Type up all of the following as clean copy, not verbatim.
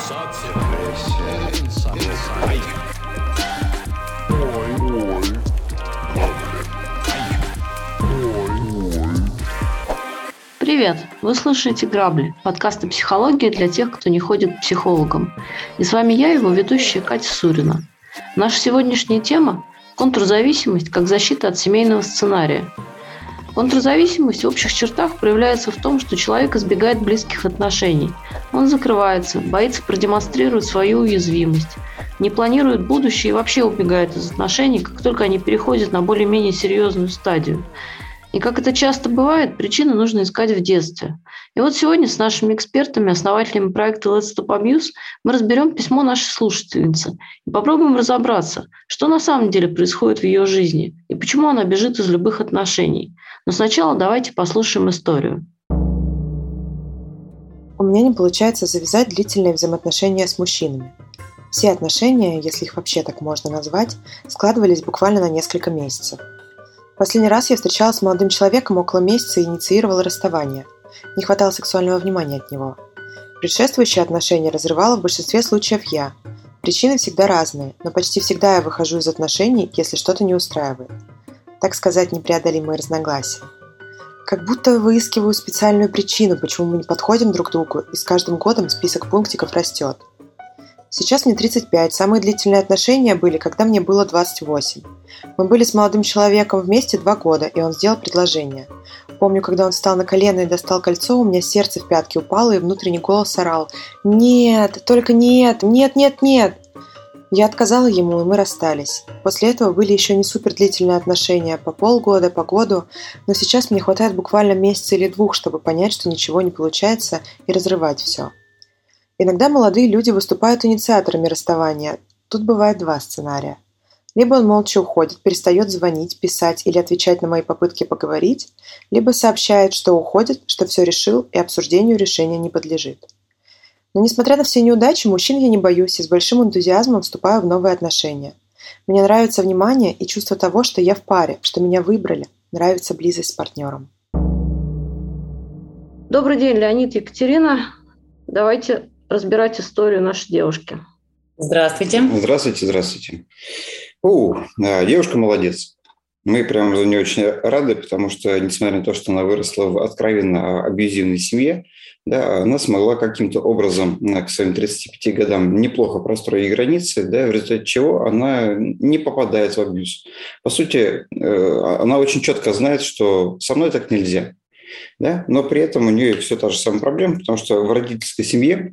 Привет! Вы слушаете «Грабли» – подкаст о психологии для тех, кто не ходит к психологам. И с вами я, его ведущая Катя Сурина. Наша сегодняшняя тема – контрзависимость как защита от семейного сценария. Контрзависимость в общих чертах проявляется в том, что человек избегает близких отношений. Он закрывается, боится продемонстрировать свою уязвимость, не планирует будущее и вообще убегает из отношений, как только они переходят на более-менее серьезную стадию. И как это часто бывает, причины нужно искать в детстве. И вот сегодня с нашими экспертами, основателями проекта Let's Stop Abuse, мы разберем письмо нашей слушательницы и попробуем разобраться, что на самом деле происходит в ее жизни и почему она бежит из любых отношений. Но сначала давайте послушаем историю. У меня не получается завязать длительные взаимоотношения с мужчинами. Все отношения, если их вообще так можно назвать, складывались буквально на несколько месяцев. Последний раз я встречалась с молодым человеком около месяца и инициировала расставание. Не хватало сексуального внимания от него. Предшествующие отношения разрывала в большинстве случаев я. Причины всегда разные, но почти всегда я выхожу из отношений, если что-то не устраивает. Так сказать, непреодолимые разногласия. Как будто выискиваю специальную причину, почему мы не подходим друг к другу, и с каждым годом список пунктиков растет. Сейчас мне 35, самые длительные отношения были, когда мне было 28. Мы были с молодым человеком вместе 2 года, и он сделал предложение. Помню, когда он встал на колено и достал кольцо, у меня сердце в пятки упало, и внутренний голос орал: «Нет, только нет, нет, нет, нет!» Я отказала ему, и мы расстались. После этого были еще не супер длительные отношения, по полгода, по году, но сейчас мне хватает буквально месяца или 2, чтобы понять, что ничего не получается, и разрывать все. Иногда молодые люди выступают инициаторами расставания. Тут бывает 2 сценария. Либо он молча уходит, перестает звонить, писать или отвечать на мои попытки поговорить, либо сообщает, что уходит, что все решил и обсуждению решения не подлежит. Но несмотря на все неудачи, мужчин я не боюсь и с большим энтузиазмом вступаю в новые отношения. Мне нравится внимание и чувство того, что я в паре, что меня выбрали. Нравится близость с партнером. Добрый день, Леонид, Екатерина. Давайте разбирать историю нашей девушки. Здравствуйте. Здравствуйте. Девушка молодец. Мы прям за нее очень рады, потому что, несмотря на то, что она выросла в откровенно абьюзивной семье, да, она смогла каким-то образом к своим 35 годам неплохо простроить границы, да, в результате чего она не попадает в абьюз. По сути, она очень четко знает, что со мной так нельзя. Да? Но при этом у нее все та же самая проблема, потому что в родительской семье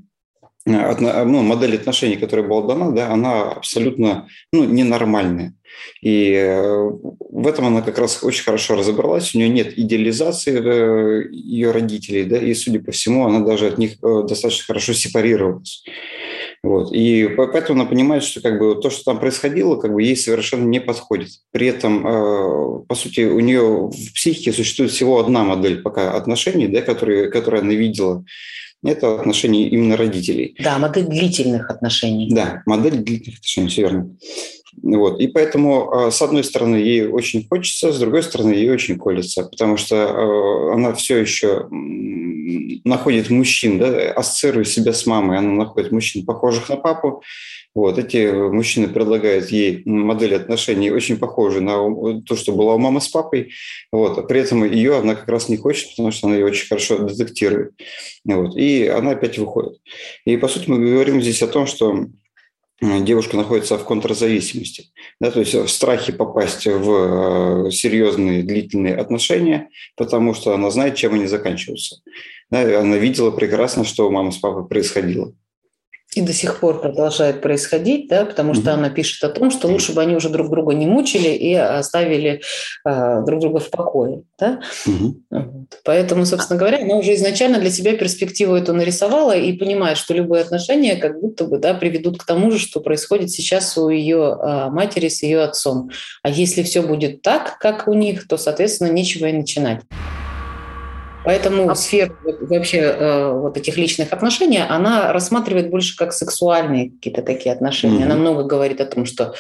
модель отношений, которая была дана, да, она абсолютно ненормальная. И в этом она как раз очень хорошо разобралась. У нее нет идеализации ее родителей, да, и, судя по всему, она даже от них достаточно хорошо сепарировалась. Вот. И поэтому она понимает, что то, что там происходило, ей совершенно не подходит. При этом, по сути, у нее в психике существует всего одна модель пока отношений, да, которую она видела. Это отношения именно родителей. Да, модель длительных отношений. Да, модель длительных отношений, все верно. Вот. И поэтому, с одной стороны, ей очень хочется, с другой стороны, ей очень колется, потому что она все еще находит мужчин, да, ассоциируя себя с мамой, она находит мужчин, похожих на папу. Вот. Эти мужчины предлагают ей модель отношений, очень похожую на то, что было у мамы с папой. Вот. При этом ее она как раз не хочет, потому что она ее очень хорошо детектирует. Вот. И она опять выходит. И, по сути, мы говорим здесь о том, что девушка находится в контрзависимости, да, то есть в страхе попасть в серьезные длительные отношения, потому что она знает, чем они заканчиваются. Да, она видела прекрасно, что у мамы с папой происходило. И до сих пор продолжает происходить, да, потому что она пишет о том, что лучше бы они уже друг друга не мучили и оставили друг друга в покое. Да? Вот. Поэтому, собственно говоря, она уже изначально для себя перспективу эту нарисовала и понимает, что любые отношения как будто бы, да, приведут к тому же, что происходит сейчас у ее матери с ее отцом. А если все будет так, как у них, то, соответственно, нечего и начинать. Поэтому сфера вообще вот этих личных отношений, она рассматривает больше как сексуальные какие-то такие отношения. Она много говорит о том, что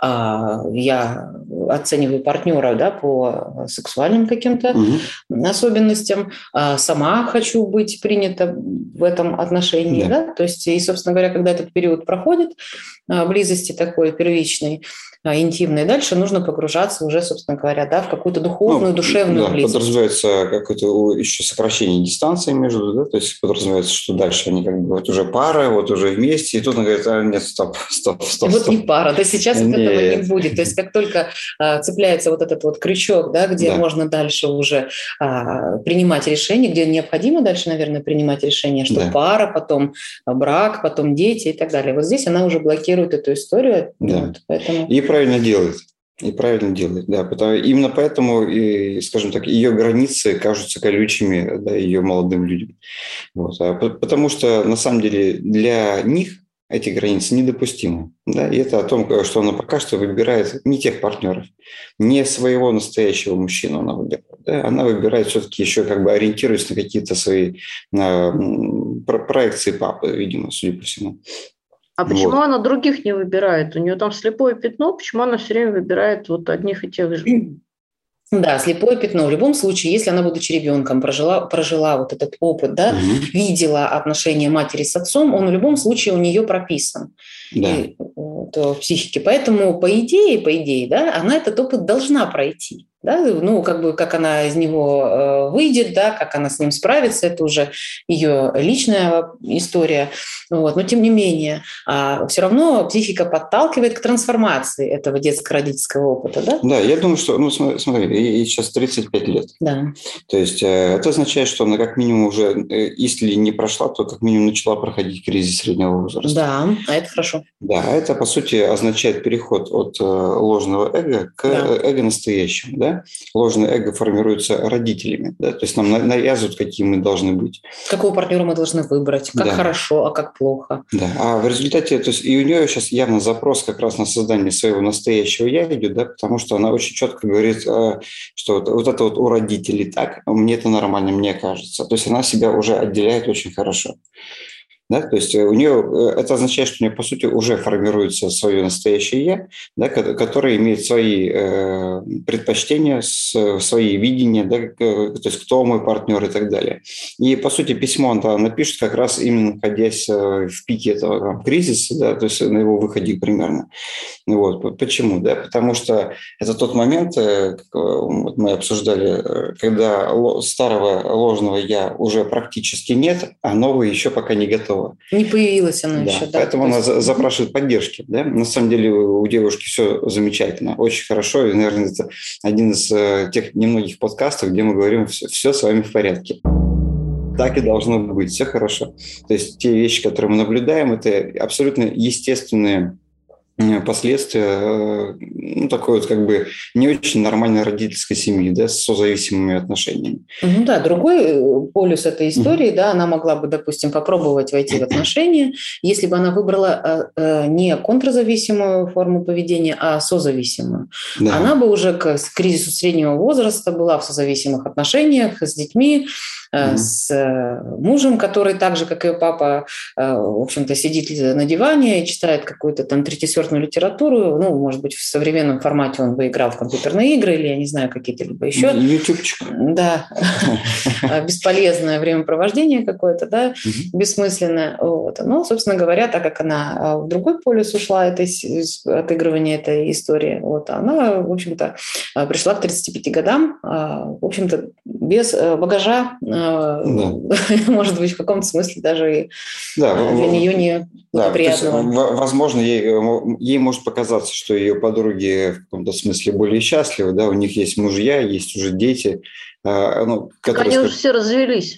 я оцениваю партнера, да, по сексуальным каким-то особенностям, сама хочу быть принята в этом отношении. Да. То есть, и, собственно говоря, когда этот период проходит, близости такой первичной, интимной, дальше нужно погружаться уже, собственно говоря, да, в какую-то духовную, душевную близость. Подразумевается какое-то еще сокращение дистанции между, да, то есть подразумевается, что дальше они как бы вот уже пара, вот уже вместе, и тут он говорит, нет, стоп. Вот не пара, то сейчас вот этого не будет. То есть как только цепляется вот этот вот крючок, да, где можно дальше уже принимать решения, где необходимо дальше, наверное, принимать решение, что пара, потом брак, потом дети и так далее. Вот здесь она уже блокирует эту историю. Да. Вот, поэтому... И правильно делает. Да, именно поэтому, скажем так, ее границы кажутся колючими, да, ее молодым людям. Вот. Потому что, на самом деле, для них эти границы недопустимы. Да? И это о том, что она пока что выбирает не тех партнеров, не своего настоящего мужчину она выбирает. Да? Она выбирает все-таки еще как бы ориентируясь на какие-то свои проекции папы, видимо, судя по всему. А почему она других не выбирает? У нее там слепое пятно, почему она все время выбирает вот одних и тех же? Да, слепое пятно. В любом случае, если она, будучи ребенком, прожила вот этот опыт, да, видела отношения матери с отцом, он в любом случае у нее прописан в психике. Поэтому, по идее, да, она этот опыт должна пройти. Да, ну, как бы, как она из него выйдет, да, как она с ним справится, это уже ее личная история. Вот. Но, тем не менее, все равно психика подталкивает к трансформации этого детско-родительского опыта. Да, да, я думаю, что, ну, смотри, ей сейчас 35 лет. Да. То есть это означает, что она как минимум уже, если не прошла, то как минимум начала проходить кризис среднего возраста. Да, а это хорошо. Да, это, по сути, означает переход от ложного эго к эго настоящему, да? Ложное эго формируется родителями, да? То есть нам навязывают, какие мы должны быть. Какого партнера мы должны выбрать, как хорошо, а как плохо. Да, а в результате, то есть и у нее сейчас явно запрос как раз на создание своего настоящего я идет, да, потому что она очень четко говорит, что вот это вот у родителей так, мне это нормально, мне кажется. То есть она себя уже отделяет очень хорошо. Да, то есть у нее это означает, что у нее, по сути, уже формируется свое настоящее «я», да, которое имеет свои предпочтения, свои видения, да, то есть кто мой партнер и так далее. И, по сути, письмо она напишет как раз именно находясь в пике этого кризиса, да, то есть на его выходе примерно. Вот. Почему? Да? Потому что это тот момент, вот мы обсуждали, когда старого ложного «я» уже практически нет, а новый еще пока не готов. Не появилась она еще. Да, поэтому она запрашивает поддержки. Да? На самом деле у девушки все замечательно, очень хорошо. И, наверное, это один из тех немногих подкастов, где мы говорим, все с вами в порядке. Так и должно быть, все хорошо. То есть те вещи, которые мы наблюдаем, это абсолютно естественные последствия такой вот как бы не очень нормальной родительской семьи, да, с созависимыми отношениями. Ну да, другой полюс этой истории, да, она могла бы, допустим, попробовать войти в отношения, если бы она выбрала не контрзависимую форму поведения, а созависимую. Да. Она бы уже к кризису среднего возраста была в созависимых отношениях с детьми, с мужем, который так же, как и папа, в общем-то, сидит на диване и читает какую-то там третьесортную литературу. Ну, может быть, в современном формате он бы играл в компьютерные игры или, я не знаю, какие-то либо еще. Ютубчик. Да. Бесполезное времяпровождение какое-то, да, бессмысленное. Вот. Но, собственно говоря, так как она в другой полюс ушла от отыгрывания этой истории, вот, она, в общем-то, пришла к 35 годам, в общем-то, без багажа, может быть, в каком-то смысле даже и для нее не приятного. Возможно, ей может показаться, что ее подруги в каком-то смысле более счастливы, да, у них есть мужья, есть уже дети. Они уже все развелись.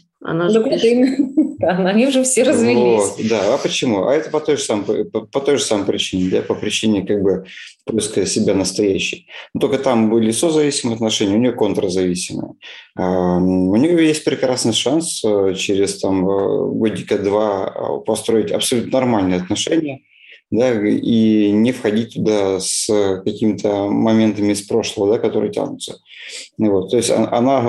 Они уже все развелись. Вот, да, а почему? А это по той же самой причине, да, по причине как бы поиска себя настоящей. Но только там были созависимые отношения, у нее контрзависимые. У нее есть прекрасный шанс через там годика-два построить абсолютно нормальные отношения, да, и не входить туда с какими-то моментами из прошлого, да, которые тянутся. Вот, то есть она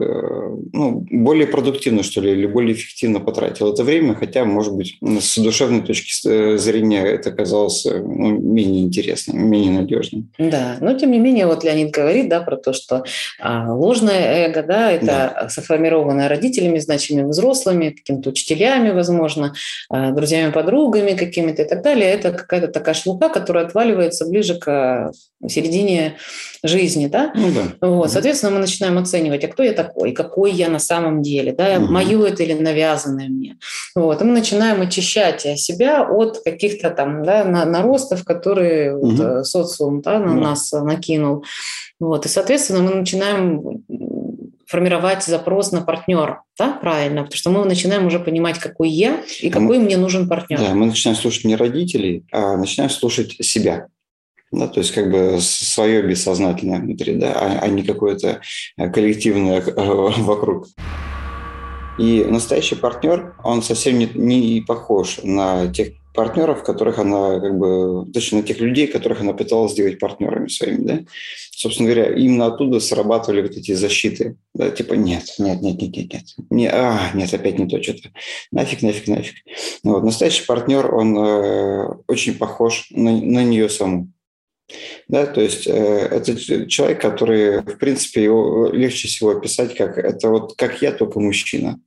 более продуктивно, что ли, или более эффективно потратила это время, хотя, может быть, с душевной точки зрения это казалось менее интересным, менее надежным. Да, но тем не менее, вот Леонид говорит, да, про то, что ложное эго, да, это сформированное родителями, значимыми взрослыми, какими-то учителями, возможно, друзьями, подругами какими-то и так далее. Это какая-то такая шелуха, которая отваливается ближе к середине жизни, да? Вот, соответственно, мы начинаем оценивать, а кто я такой, какой я на самом деле, да, мое это или навязанное мне. Вот, и мы начинаем очищать себя от каких-то там, да, наростов, которые вот, социум, да, на нас накинул. Вот, и, соответственно, мы начинаем формировать запрос на партнера, да, правильно, потому что мы начинаем уже понимать, какой я и какой мне нужен партнер. Да, мы начинаем слушать не родителей, а начинаем слушать себя. Да, то есть как бы свое бессознательное внутри, да, а не какое-то коллективное вокруг. И настоящий партнер, он совсем не похож на тех партнеров, которых она, как бы, точно на тех людей, которых она пыталась сделать партнерами своими, да. Собственно говоря, именно оттуда срабатывали вот эти защиты, да, типа нет, опять не то что-то, нафиг. Вот. Настоящий партнер, он очень похож на нее саму. Да, то есть это человек, который, в принципе, его легче всего описать как это вот как я, только мужчина.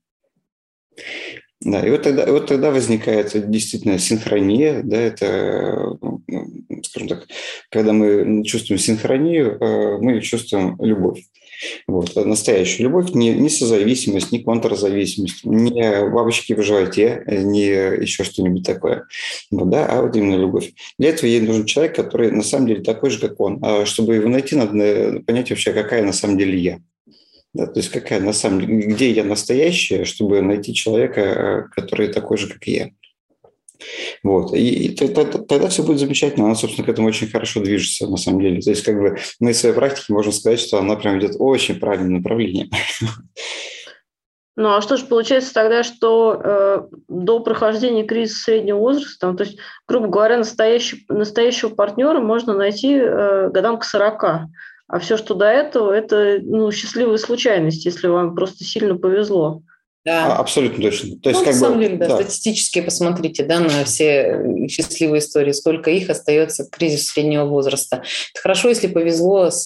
Да, и вот тогда возникает действительно синхрония, да, это, скажем так, когда мы чувствуем синхронию, мы чувствуем любовь. Вот, настоящую любовь, не созависимость, не контрзависимость, не бабочки в животе, не еще что-нибудь такое, вот, да, а вот именно любовь. Для этого ей нужен человек, который на самом деле такой же, как он. А чтобы его найти, надо понять вообще, какая на самом деле я. Да, то есть какая на самом деле, где я настоящая, чтобы найти человека, который такой же, как и я. Вот. И тогда все будет замечательно. Она, собственно, к этому очень хорошо движется, на самом деле. То есть как бы мы из своей практики можем сказать, что она прям идет очень правильное направление. Ну, а что же получается тогда, что до прохождения кризиса среднего возраста, то есть, грубо говоря, настоящего партнера можно найти годам к 40, а все, что до этого, это счастливая случайность, если вам просто сильно повезло. Да. Абсолютно точно. То есть, на самом деле, да, статистически посмотрите, да, на все счастливые истории, сколько их остается к кризису среднего возраста. Это хорошо, если повезло с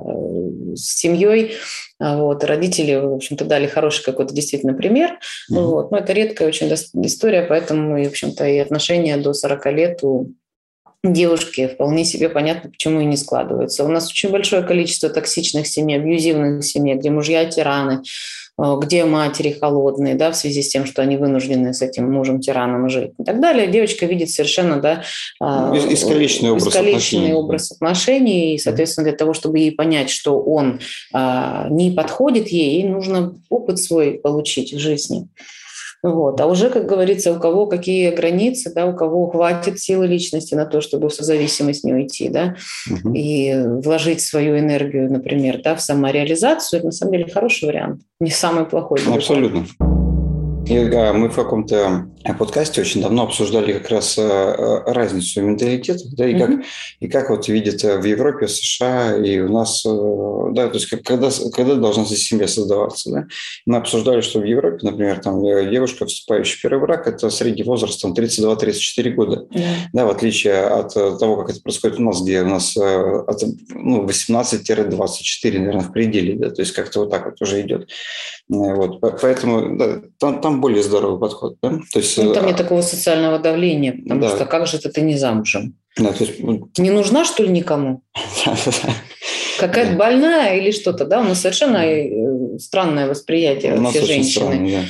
семьей, вот, родители, в общем-то, дали хороший какой-то действительно пример, вот, но это редкая очень история, поэтому, в общем-то, и отношения до 40 лет у девушки вполне себе понятно, почему и не складываются. У нас очень большое количество токсичных семей, абьюзивных семей, где мужья тираны, где матери холодные, да, в связи с тем, что они вынуждены с этим мужем-тираном жить и так далее. Девочка видит совершенно, да, искалеченный образ отношений, и, соответственно, для того, чтобы ей понять, что он не подходит ей нужно опыт свой получить в жизни. Вот. А уже, как говорится, у кого какие границы, да, у кого хватит силы личности на то, чтобы в созависимость не уйти, да, и вложить свою энергию, например, да, в самореализацию, это на самом деле хороший вариант, не самый плохой. Абсолютно. И мы в каком-то подкасте очень давно обсуждали как раз разницу менталитетов, да, и как вот видят в Европе, США и у нас, да, то есть когда должна семья создаваться, да. Мы обсуждали, что в Европе, например, там девушка, вступающая в первый брак, это средний возраст там 32-34 года, да, в отличие от того, как это происходит у нас, где у нас от 18-24, наверное, в пределе, да, то есть как-то вот так вот уже идет. Вот, поэтому да, там более здоровый подход, да? То есть, там нет такого социального давления, потому что как же ты не замужем? Да, то есть, не нужна, что ли, никому? Какая-то больная или что-то, да? У нас совершенно странное восприятие вообще женщины.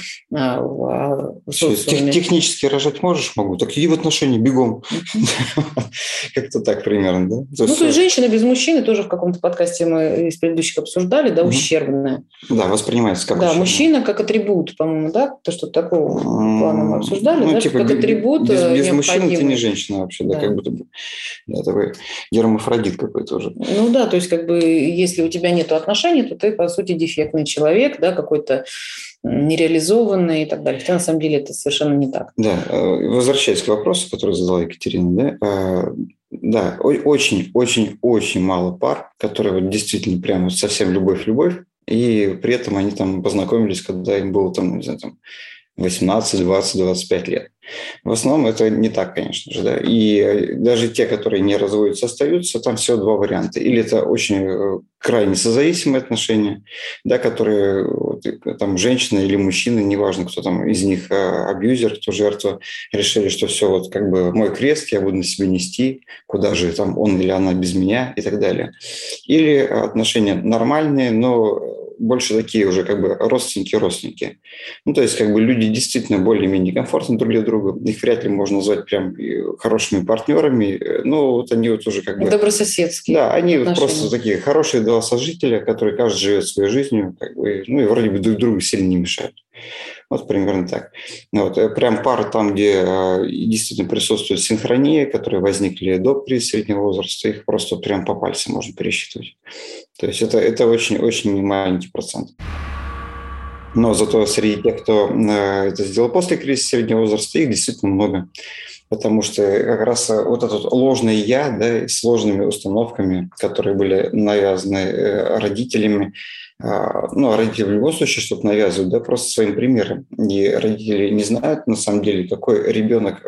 Технически рожать можешь? Могу. Так иди в отношения, бегом. Как-то так примерно, да? То есть женщина без мужчины, тоже в каком-то подкасте мы из предыдущих обсуждали, да, ущербная. Да, воспринимается как ущербная. Да, мужчина как атрибут, по-моему, да? То, что такого плана мы обсуждали, да, как атрибут без мужчины ты не женщина вообще, да, как будто бы. Да, такой гермафродит какой-то уже. Ну да, то есть как бы бы, если у тебя нет отношений, то ты, по сути, дефектный человек, да, какой-то нереализованный и так далее. Хотя на самом деле это совершенно не так. Да, возвращаясь к вопросу, который задала Екатерина, да, очень-очень-очень мало пар, которые вот действительно прям совсем любовь-любовь, и при этом они там познакомились, когда им было там, не знаю, там 18, 20, 25 лет. В основном это не так, конечно же, да. И даже те, которые не разводятся, остаются, там всего два варианта. Или это очень крайне созависимые отношения, да, которые там женщина или мужчина, неважно, кто там из них абьюзер, кто жертва, решили, что все, вот как бы мой крест, я буду на себе нести, куда же там он или она без меня и так далее. Или отношения нормальные, но больше такие уже как бы родственники. Ну, то есть как бы люди действительно более-менее комфортны друг для друга. Их вряд ли можно назвать прям хорошими партнерами. Ну, вот они вот уже как бы... Добрососедские. Да, они отношения. Просто такие хорошие два сожителя, которые каждый живет своей жизнью, как бы, ну, и вроде бы друг другу сильно не мешают. Вот примерно так. Вот, прям пары там, где действительно присутствует синхрония, которые возникли до среднего возраста, их просто прям по пальцам можно пересчитывать. То есть это очень-очень маленький процент. Но зато среди тех, кто это сделал после кризиса среднего возраста, их действительно много. Потому что как раз вот этот ложный «я», да, с сложными установками, которые были навязаны родителями, ну, родители в любом случае что-то навязывают, да, просто своим примером. И родители не знают, на самом деле, какой ребенок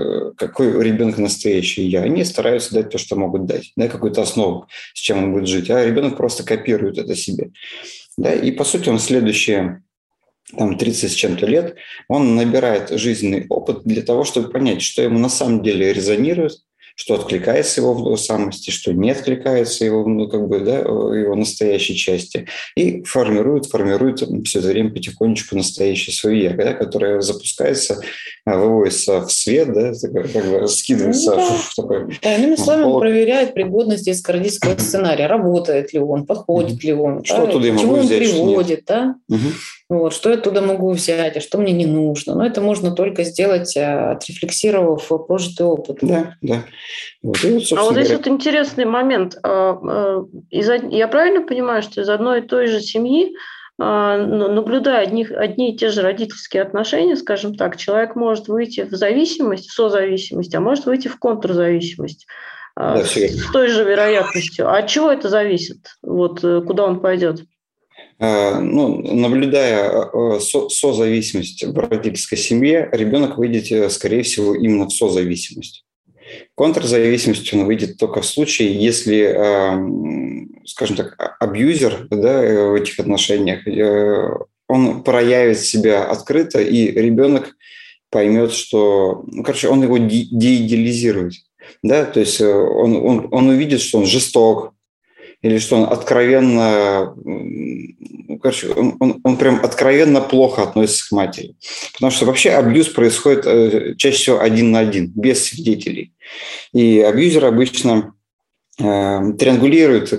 настоящий «я». Они стараются дать то, что могут дать, да, какую-то основу, с чем он будет жить. А ребенок просто копирует это себе. Да, и, по сути, он следующие там 30 с чем-то лет, он набирает жизненный опыт для того, чтобы понять, что ему на самом деле резонирует, что откликается его в самости, что не откликается его, ну, как бы, да, его настоящей части, и формирует все это время потихонечку настоящее свое «я», да, которое запускается, выводится в свет, да, как бы скидывается в такой... Да, иными словами, он проверяет пригодность детско-родительского сценария, работает ли он, подходит ли он, что да, к чему он взять, приводит, да? Вот, что я оттуда могу взять, а что мне не нужно. Но это можно только сделать, отрефлексировав прожитый опыт. Да. Вот, и вот, а вот здесь вот интересный момент. Я правильно понимаю, что из одной и той же семьи, наблюдая одни и те же родительские отношения, скажем так, человек может выйти в зависимость, в созависимость, а может выйти в контрзависимость с той же вероятностью. А от чего это зависит? Вот куда он пойдет? Ну, наблюдая созависимость в родительской семье, ребенок выйдет, скорее всего, именно в созависимость. Контрзависимость он выйдет только в случае, если, скажем так, абьюзер, да, в этих отношениях, он проявит себя открыто, и ребенок поймет, что, он его деидеализирует, да, то есть он увидит, что он жесток, или что он откровенно, он прям откровенно плохо относится к матери. Потому что вообще абьюз происходит чаще всего один на один, без свидетелей. И абьюзер обычно триангулирует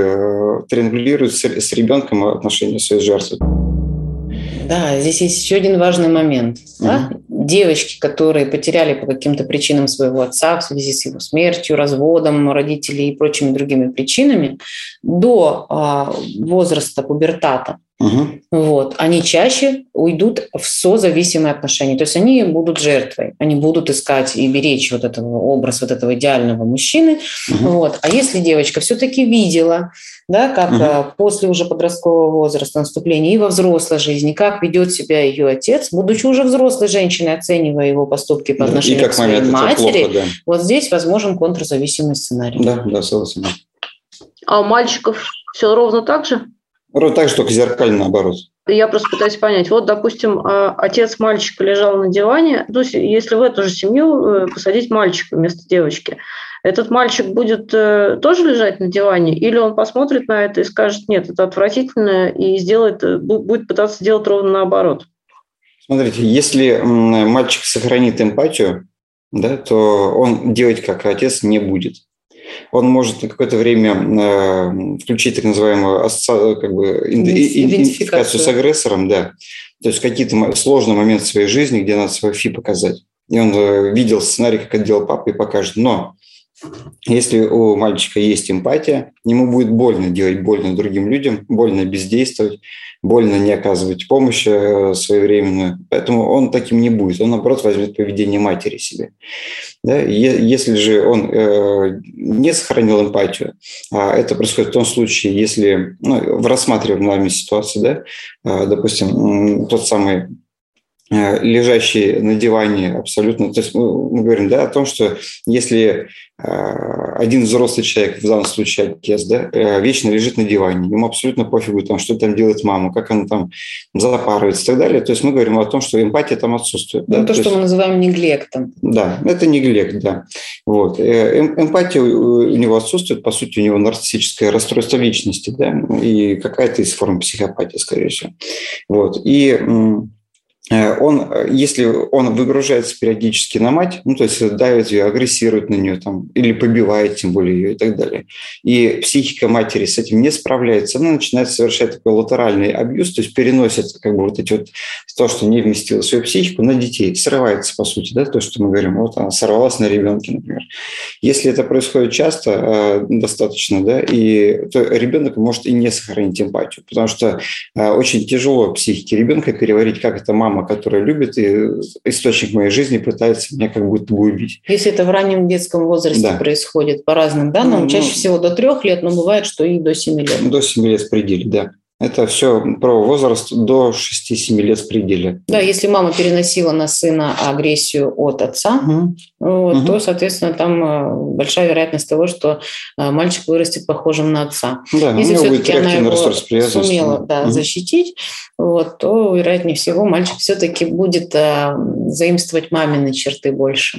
с ребенком отношения своей жертвы. Да, здесь есть еще один важный момент. Да? Девочки, которые потеряли по каким-то причинам своего отца в связи с его смертью, разводом родителей и прочими другими причинами, до возраста пубертата, вот, они чаще уйдут в созависимые отношения. То есть они будут жертвой, они будут искать и беречь вот этого образ вот этого идеального мужчины. Вот. А если девочка все-таки видела, да, как после уже подросткового возраста, наступления и во взрослой жизни, как ведет себя ее отец, будучи уже взрослой женщиной, оценивая его поступки по отношению к своей матери, плохо, да. Вот здесь возможен контрзависимый сценарий. Да, согласен. А у мальчиков все ровно так же? Ровно так же, только зеркально наоборот. Я просто пытаюсь понять. Вот, допустим, отец мальчика лежал на диване. То есть, если в эту же семью посадить мальчика вместо девочки, этот мальчик будет тоже лежать на диване? Или он посмотрит на это и скажет, нет, это отвратительно, и будет пытаться делать ровно наоборот? Смотрите, если мальчик сохранит эмпатию, да, то он делать как отец не будет. Он может на какое-то время включить так называемую идентификацию с агрессором, да. То есть какие-то сложные моменты в своей жизни, где надо свою фи показать. И он видел сценарий, как это делал папа, и покажет. Но Если у мальчика есть эмпатия, ему будет больно делать больно другим людям, больно бездействовать, больно не оказывать помощь своевременную. Поэтому он таким не будет. Он, наоборот, возьмет поведение матери себе. Да? Если же он не сохранил эмпатию, а это происходит в том случае, если в рассматриваемой нами ситуации, да, допустим, тот самый лежащий на диване абсолютно... То есть мы говорим, да, о том, что если один взрослый человек, в данном случае отец, да, вечно лежит на диване, ему абсолютно пофигу, там, что там делает мама, как она там запарывается и так далее. То есть мы говорим о том, что эмпатия там отсутствует. Ну, да? то, что мы называем неглектом. Да, это неглект, да. Вот. Эмпатия у него отсутствует, по сути, у него нарциссическое расстройство личности, да, и какая-то из форм психопатии, скорее всего. Вот. И если он выгружается периодически на мать, то есть давит ее, агрессирует на нее там, или побивает тем более ее и так далее, и психика матери с этим не справляется, она начинает совершать такой латеральный абьюз, то есть переносит как бы вот эти вот то, что не вместило в свою психику, на детей, срывается по сути, да, то, что мы говорим, вот она сорвалась на ребенке, например. Если это происходит часто, достаточно, да, то ребенок может и не сохранить эмпатию, потому что очень тяжело психике ребенка переварить, как это мама, которая любит, и источник моей жизни пытается меня как будто бы убить. Если это в раннем детском возрасте происходит по разным данным, чаще всего до 3 лет, но бывает, что и до 7 лет. До 7 лет в пределе, да. Это все про возраст до 6-7 лет в пределе. Да, если мама переносила на сына агрессию от отца, то, соответственно, там большая вероятность того, что мальчик вырастет похожим на отца. Да, если все-таки она его сумела защитить, то, вероятнее всего, мальчик все-таки будет заимствовать мамины черты больше.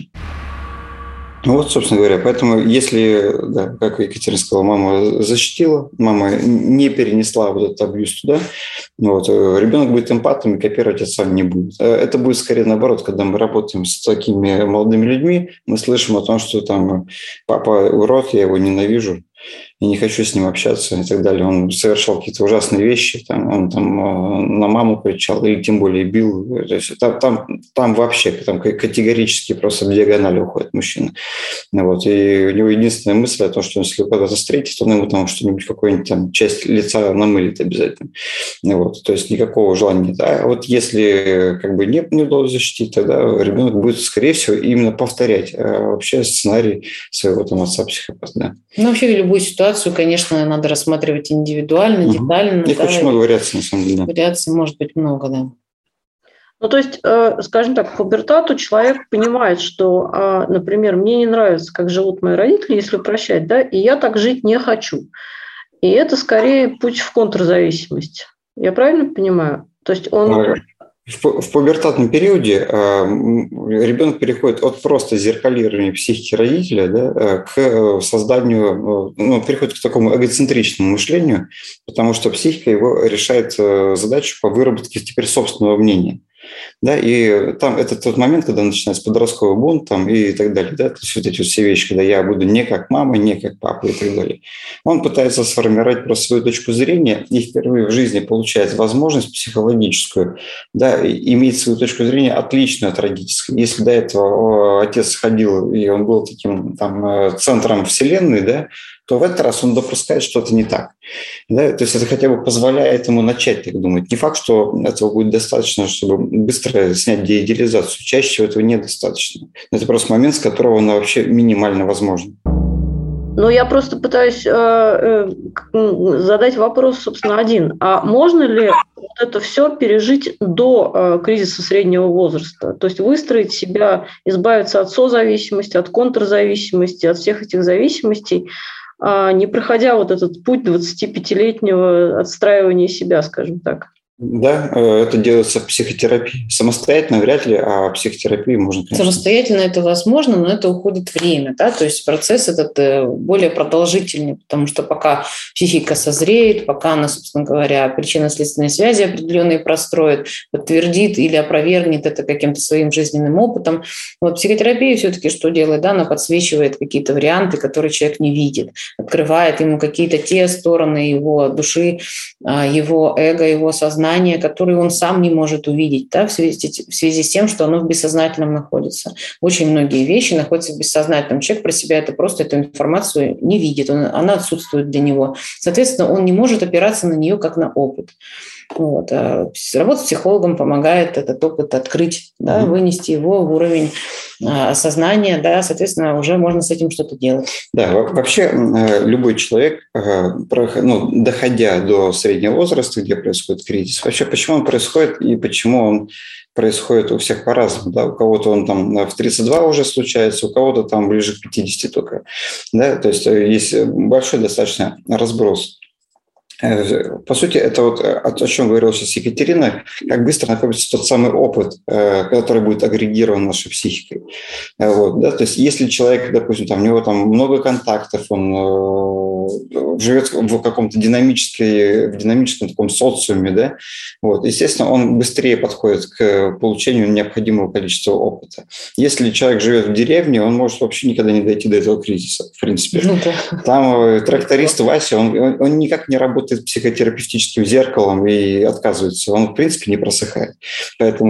Вот, собственно говоря, поэтому если, да, как Екатерина сказала, мама защитила, мама не перенесла вот этот абьюз туда, ребенок будет эмпатом и копировать отца не будет. Это будет скорее наоборот, когда мы работаем с такими молодыми людьми, мы слышим о том, что там папа урод, я его ненавижу, и не хочу с ним общаться и так далее. Он совершал какие-то ужасные вещи, он там на маму кричал или тем более бил. То есть там вообще категорически просто в диагонали уходит мужчина. И у него единственная мысль о том, что если кого-то встретит, он ему там что-нибудь, какую-нибудь там часть лица намылит обязательно. То есть никакого желания нет. А вот если как бы не удалось защитить, тогда ребенок будет, скорее всего, именно повторять вообще сценарий своего там отца-психопата. Да. Вообще любую ситуацию, конечно, надо рассматривать индивидуально, детально. Их очень много вариаций, на самом деле. Вариаций может быть много, да. То есть, скажем так, к пубертату человек понимает, что, например, мне не нравится, как живут мои родители, если упрощать, да, и я так жить не хочу. И это скорее путь в контрзависимость. Я правильно понимаю? То есть он... В пубертатном периоде ребенок переходит от просто зеркалирования психики родителя к созданию, переходит к такому эгоцентричному мышлению, потому что психика его решает задачу по выработке теперь собственного мнения. Да, и там это тот момент, когда начинается подростковый бунт там, и так далее. Да, то есть вот эти вот все вещи, когда я буду не как мама, не как папа и так далее. Он пытается сформировать просто свою точку зрения и впервые в жизни получает возможность психологическую, да, иметь свою точку зрения отличную от родительской. Если до этого отец ходил, и он был таким там центром вселенной, да, то в этот раз он допускает что-то не так. Да? То есть это хотя бы позволяет ему начать так думать. Не факт, что этого будет достаточно, чтобы быстро снять деидеализацию. Чаще всего этого недостаточно. Это просто момент, с которого он вообще минимально возможен. Я просто пытаюсь задать вопрос, собственно, один. А можно ли вот это все пережить до кризиса среднего возраста? То есть выстроить себя, избавиться от созависимости, от контрзависимости, от всех этих зависимостей, не проходя вот этот путь 25-летнего отстраивания себя, скажем так. Да, это делается в психотерапии. Самостоятельно вряд ли, а в психотерапии можно, конечно. Самостоятельно это возможно, но это уходит время. Да? То есть процесс этот более продолжительный, потому что пока психика созреет, пока она, собственно говоря, причинно-следственные связи определенные простроит, подтвердит или опровергнет это каким-то своим жизненным опытом. Психотерапия все-таки что делает? Да? Она подсвечивает какие-то варианты, которые человек не видит, открывает ему какие-то те стороны его души, его эго, его сознания, сознание, которое он сам не может увидеть, да, в связи с тем, что оно в бессознательном находится. Очень многие вещи находятся в бессознательном. Человек про себя просто эту информацию не видит, она отсутствует для него. Соответственно, он не может опираться на нее как на опыт. Вот. А работа с психологом помогает этот опыт открыть, да, вынести его в уровень осознания, да, соответственно, уже можно с этим что-то делать. Да, вообще любой человек, доходя до среднего возраста, где происходит кризис, вообще почему он происходит и почему он происходит у всех по-разному. Да? У кого-то он там в 32 уже случается, у кого-то там ближе к 50 только. Да? То есть есть большой достаточно разброс. По сути, это вот о чем говорила сейчас Екатерина, как быстро накопится тот самый опыт, который будет агрегирован нашей психикой. Вот, да? То есть если человек, допустим, у него там много контактов, он живет в каком-то динамическом таком социуме, да? Вот, естественно, он быстрее подходит к получению необходимого количества опыта. Если человек живет в деревне, он может вообще никогда не дойти до этого кризиса, в принципе. Там тракторист Вася, он никак не работает психотерапевтическим зеркалом и отказывается. Он, в принципе, не просыхает. Поэтому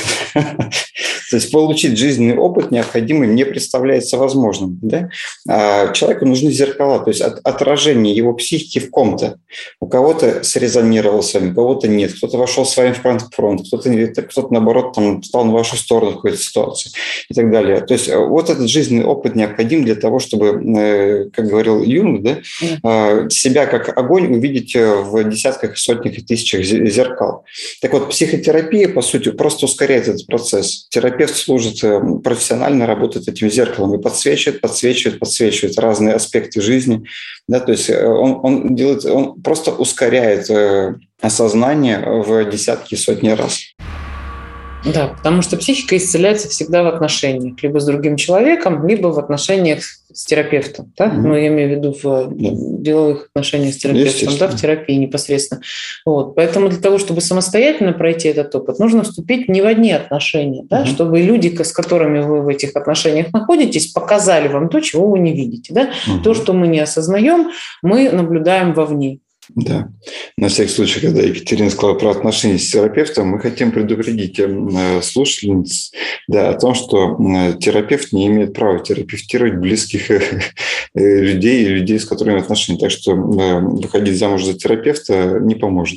то есть получить жизненный опыт необходимый не представляется возможным. Да? А человеку нужны зеркала, то есть отражение его психики в ком-то. У кого-то срезонировал с вами, у кого-то нет. Кто-то вошел с вами в фронт, кто-то наоборот, стал на вашу сторону в какой-то ситуации и так далее. То есть вот этот жизненный опыт необходим для того, чтобы, как говорил Юнг, да, себя как огонь увидеть в десятках, сотнях и тысячах зеркал. Так вот, психотерапия, по сути, просто ускоряет этот процесс. Терапевт служит профессионально, работает этим зеркалом и подсвечивает разные аспекты жизни. Да, то есть он просто ускоряет осознание в десятки и сотни раз. Да, потому что психика исцеляется всегда в отношениях, либо с другим человеком, либо в отношениях с терапевтом. Да? Ну, я имею в виду в деловых отношениях с терапевтом, да, в терапии непосредственно. Вот. Поэтому для того, чтобы самостоятельно пройти этот опыт, нужно вступить не в одни отношения, да? Чтобы люди, с которыми вы в этих отношениях находитесь, показали вам то, чего вы не видите. Да? То, что мы не осознаем, мы наблюдаем вовне. Да. На всякий случай, когда Екатерина сказала про отношения с терапевтом, мы хотим предупредить слушательниц, да, о том, что терапевт не имеет права терапевтировать близких людей и людей, с которыми отношения. Так что выходить замуж за терапевта не поможет.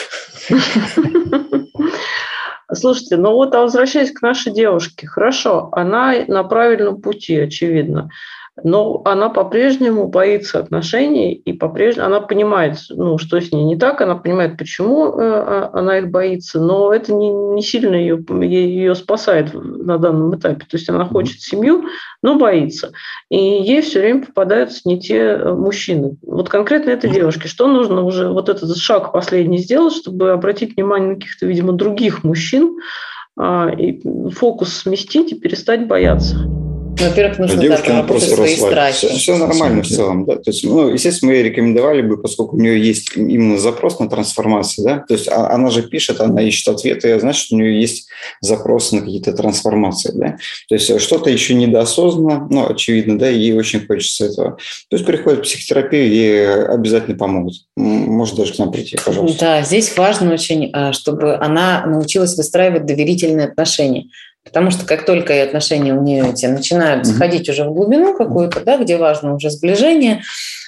Слушайте, возвращаясь к нашей девушке, хорошо, она на правильном пути, очевидно. Но она по-прежнему боится отношений, и по-прежнему она понимает, что с ней не так, она понимает, почему она их боится, но это не сильно ее спасает на данном этапе. То есть она хочет семью, но боится. И ей все время попадаются не те мужчины. Вот конкретно этой девушке, что нужно уже вот этот шаг последний сделать, чтобы обратить внимание на каких-то, видимо, других мужчин, и фокус сместить и перестать бояться? Во-первых, нужно проработать свои страхи. Все нормально в целом. Да? То есть, естественно, мы рекомендовали бы, поскольку у нее есть именно запрос на трансформацию, да? То есть она же пишет, она ищет ответы, и значит, у нее есть запрос на какие-то трансформации. Да? То есть что-то еще недоосознанно, очевидно, да, и ей очень хочется этого. То есть приходит в психотерапию, ей обязательно помогут. Может даже к нам прийти, пожалуйста. Да, здесь важно очень, чтобы она научилась выстраивать доверительные отношения. Потому что как только и отношения у нее эти начинают заходить уже в глубину какую-то, да, где важно уже сближение,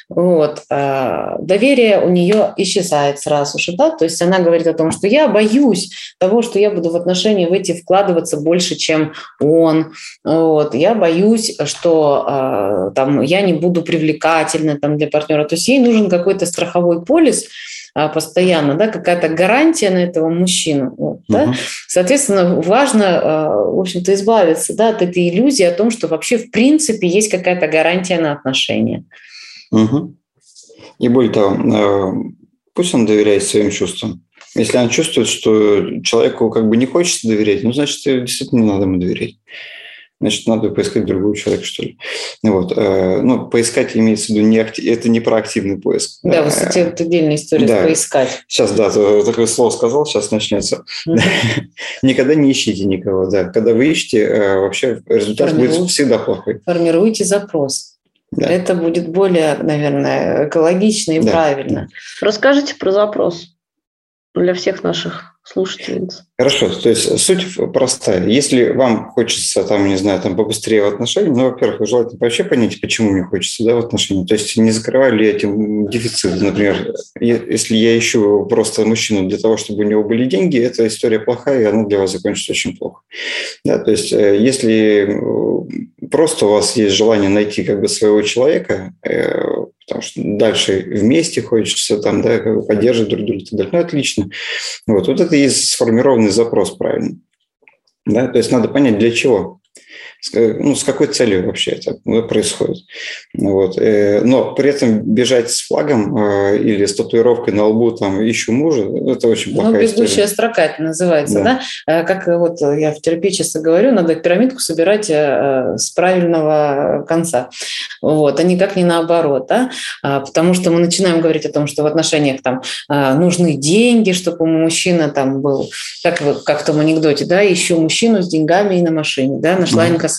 доверие у нее исчезает сразу же. Да? То есть она говорит о том, что я боюсь того, что я буду в отношения в эти вкладываться больше, чем он. Я боюсь, что я не буду привлекательна для партнера. То есть ей нужен какой-то страховой полис, постоянно, да, какая-то гарантия на этого мужчину. Да? Соответственно, важно, в общем-то, избавиться, да, от этой иллюзии о том, что вообще в принципе есть какая-то гарантия на отношения. И более того, пусть он доверяет своим чувствам. Если он чувствует, что человеку не хочется доверять, значит, действительно не надо ему доверять. Значит, надо поискать другого человека, что ли. Поискать имеется в виду, это не про активный поиск. Да, кстати, это отдельная история, да. Поискать. Сейчас, да, такое слово сказал, сейчас начнется. Никогда не ищите никого, да. Когда вы ищете, вообще результат будет всегда плохой. Формируйте запрос. Да. Это будет более, наверное, экологично и правильно. Расскажите про запрос. для всех наших слушательниц. Хорошо, то есть суть простая. Если вам хочется, побыстрее в отношениях, во-первых, желательно вообще понять, почему мне хочется, в отношениях. То есть не закрываю ли этим дефицит. Например, если я ищу просто мужчину для того, чтобы у него были деньги, эта история плохая, и она для вас закончится очень плохо. Да, то есть если просто у вас есть желание найти своего человека, потому что дальше вместе хочется поддерживать друг друга и так далее. Отлично. Вот это и есть сформированный запрос правильно. Да? То есть надо понять, для чего. С какой целью вообще это происходит. Вот. Но при этом бежать с флагом или с татуировкой на лбу, ищу мужа, это очень плохая история. Бегущая строка это называется, да? Как я в терапии часто говорю, надо пирамидку собирать с правильного конца, а никак не наоборот, да? Потому что мы начинаем говорить о том, что в отношениях нужны деньги, чтобы мужчина был, как в том анекдоте, да, ищу мужчину с деньгами и на машине, да, нашла инкассатора.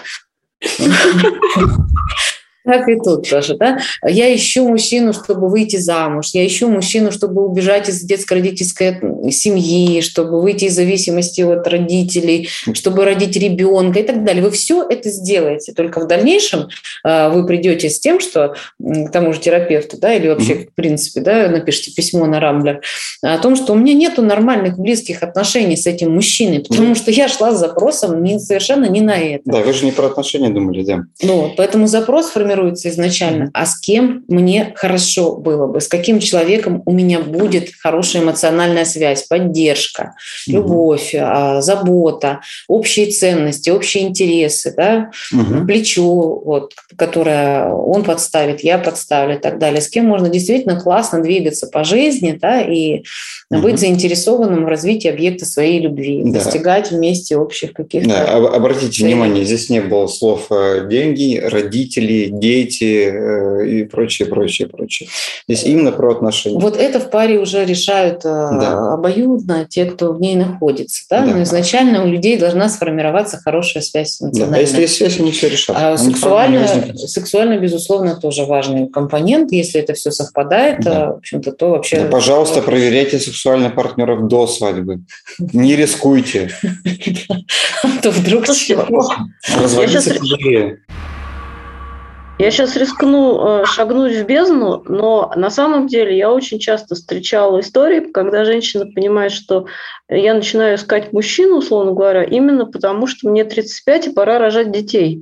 Так и тут тоже, да? Я ищу мужчину, чтобы выйти замуж, я ищу мужчину, чтобы убежать из детско-родительской семьи, чтобы выйти из зависимости от родителей, чтобы родить ребенка и так далее. Вы все это сделаете, только в дальнейшем вы придете с тем, что к тому же терапевту, да, или вообще, в принципе, да, напишите письмо на Рамблер о том, что у меня нету нормальных близких отношений с этим мужчиной, потому что я шла с запросом совершенно не на это. Да, вы же не про отношения думали, да. Поэтому запрос формируется изначально, а с кем мне хорошо было бы, с каким человеком у меня будет хорошая эмоциональная связь, поддержка, любовь, забота, общие ценности, общие интересы, да, плечо, которое он подставит, я подставлю и так далее. С кем можно действительно классно двигаться по жизни, да, и быть заинтересованным в развитии объекта своей любви, достигать вместе общих каких-то... Да, обратите внимание, здесь не было слов деньги, родители, дети и прочее. Здесь именно про отношения. Это в паре уже решают обоюдно те, кто в ней находится. Да? Но изначально у людей должна сформироваться хорошая связь эмоциональная. А если есть связь, они все решат. Сексуально, безусловно, тоже важный компонент. Если это все совпадает, в общем-то, то вообще... Да, пожалуйста, проверяйте сексуальных партнеров до свадьбы. Не рискуйте. То вдруг разводиться тяжелее. Я сейчас рискну шагнуть в бездну, но на самом деле я очень часто встречала истории, когда женщина понимает, что я начинаю искать мужчину, условно говоря, именно потому, что мне 35 и пора рожать детей.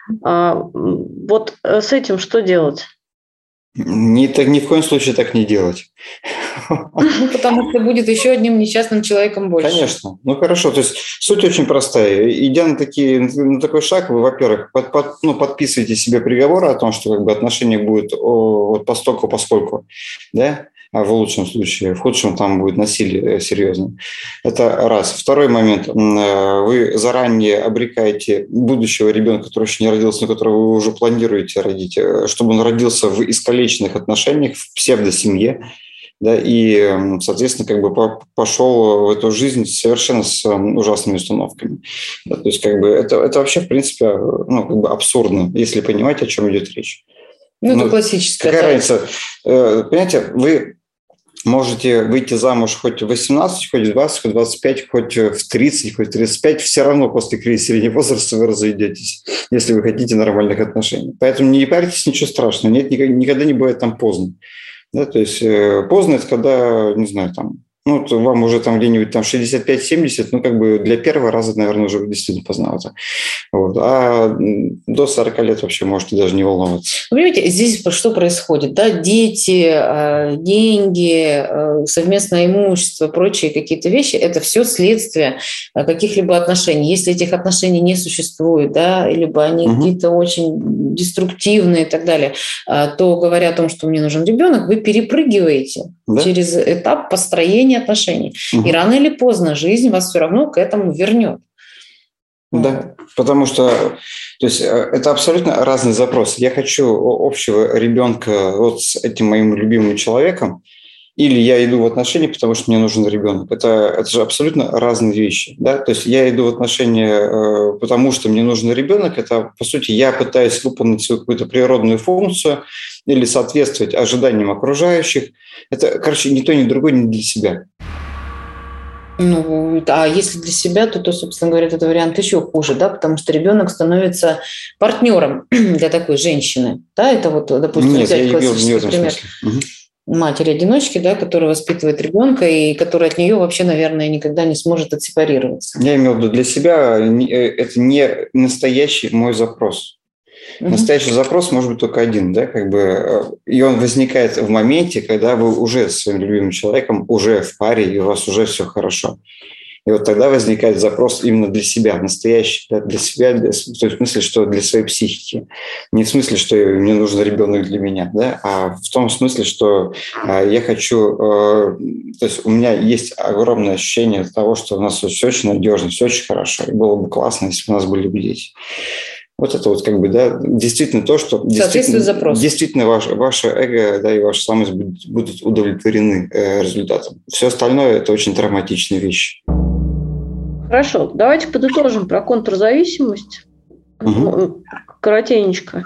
С этим что делать? Ни в коем случае так не делать. Потому что будет еще одним несчастным человеком больше. Конечно. Хорошо. То есть суть очень простая. Идя на такой шаг, вы, во-первых, подписываете себе приговор о том, что отношения будут поскольку, да? А в лучшем случае, в худшем там будет насилие серьезное. Это раз. Второй момент. Вы заранее обрекаете будущего ребенка, который еще не родился, но которого вы уже планируете родить, чтобы он родился в искалеченных отношениях, в псевдосемье, да, и, соответственно, пошел в эту жизнь совершенно с ужасными установками. Да, то есть, это вообще, в принципе, абсурдно, если понимать, о чем идет речь. Это классическая. Какая разница? Понимаете, вы можете выйти замуж хоть в 18, хоть в 20, хоть в 25, хоть в 30, хоть в 35. Все равно после кризиса среднего возраста вы разойдетесь, если вы хотите нормальных отношений. Поэтому не парьтесь, ничего страшного. Нет, никогда не бывает поздно. Да, то есть поздно – это когда, не знаю, вам уже где-нибудь 65-70, для первого раза, наверное, уже действительно поздновато. А до 40 лет вообще можете даже не волноваться. Вы понимаете, здесь что происходит? Да? Дети, деньги, совместное имущество, прочие какие-то вещи – это все следствие каких-либо отношений. Если этих отношений не существует, да, либо они какие-то очень деструктивные и так далее, то, говоря о том, что мне нужен ребенок, вы перепрыгиваете через этап построения отношений. И рано или поздно жизнь вас все равно к этому вернет. Да, потому что это абсолютно разный запрос. Я хочу общего ребенка с этим моим любимым человеком, или я иду в отношения, потому что мне нужен ребенок. Это же абсолютно разные вещи. Да? То есть я иду в отношения, потому что мне нужен ребенок. Это, по сути, я пытаюсь выполнить свою какую-то природную функцию или соответствовать ожиданиям окружающих. Это, ни то, ни другое не для себя. Ну, а если для себя, то, собственно говоря, этот вариант еще хуже, да, потому что ребенок становится партнером для такой женщины. Да, это вот, допустим, взять классический пример матери-одиночки, да, которая воспитывает ребенка и которая от нее вообще, наверное, никогда не сможет отсепарироваться. Я имел в виду для себя, это не настоящий мой запрос. Настоящий запрос может быть только один, да, как бы, и он возникает в моменте, когда вы уже с своим любимым человеком, уже в паре, и у вас уже все хорошо. И вот тогда возникает запрос именно для себя, настоящий, да, для себя, в том смысле, что для своей психики. Не в смысле, что мне нужен ребенок для меня, да, а в том смысле, что я хочу... то есть у меня есть огромное ощущение того, что у нас все очень надежно, все очень хорошо, и было бы классно, если бы у нас были бы дети. Вот это вот как бы, да, действительно то, что действительно ваше эго, да, и ваша самость будут удовлетворены результатом. Все остальное – это очень травматичные вещи. Хорошо, давайте подытожим про контрзависимость. Коротенечко.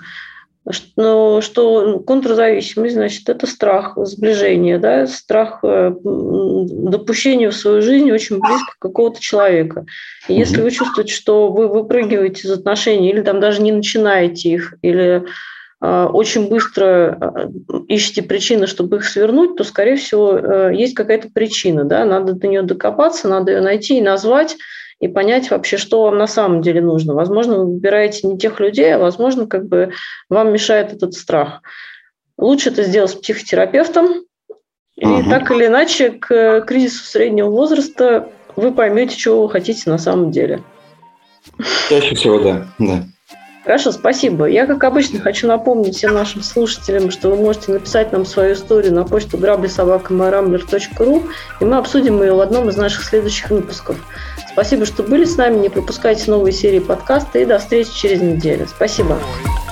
Что контрзависимость, значит, это страх сближения, да, страх допущения в свою жизнь очень близко какого-то человека. И если вы чувствуете, что вы выпрыгиваете из отношений или там даже не начинаете их, или очень быстро ищете причины, чтобы их свернуть, то, скорее всего, есть какая-то причина, да, надо до нее докопаться, надо ее найти и назвать, и понять вообще, что вам на самом деле нужно. Возможно, вы выбираете не тех людей, а, возможно, как бы вам мешает этот страх. Лучше это сделать с психотерапевтом, и так или иначе к кризису среднего возраста вы поймете, чего вы хотите на самом деле. Чаще всего, да. Хорошо, спасибо. Я, как обычно, хочу напомнить всем нашим слушателям, что вы можете написать нам свою историю на почту grabli@myrambler.ru, и мы обсудим ее в одном из наших следующих выпусков. Спасибо, что были с нами. Не пропускайте новые серии подкаста, и до встречи через неделю. Спасибо.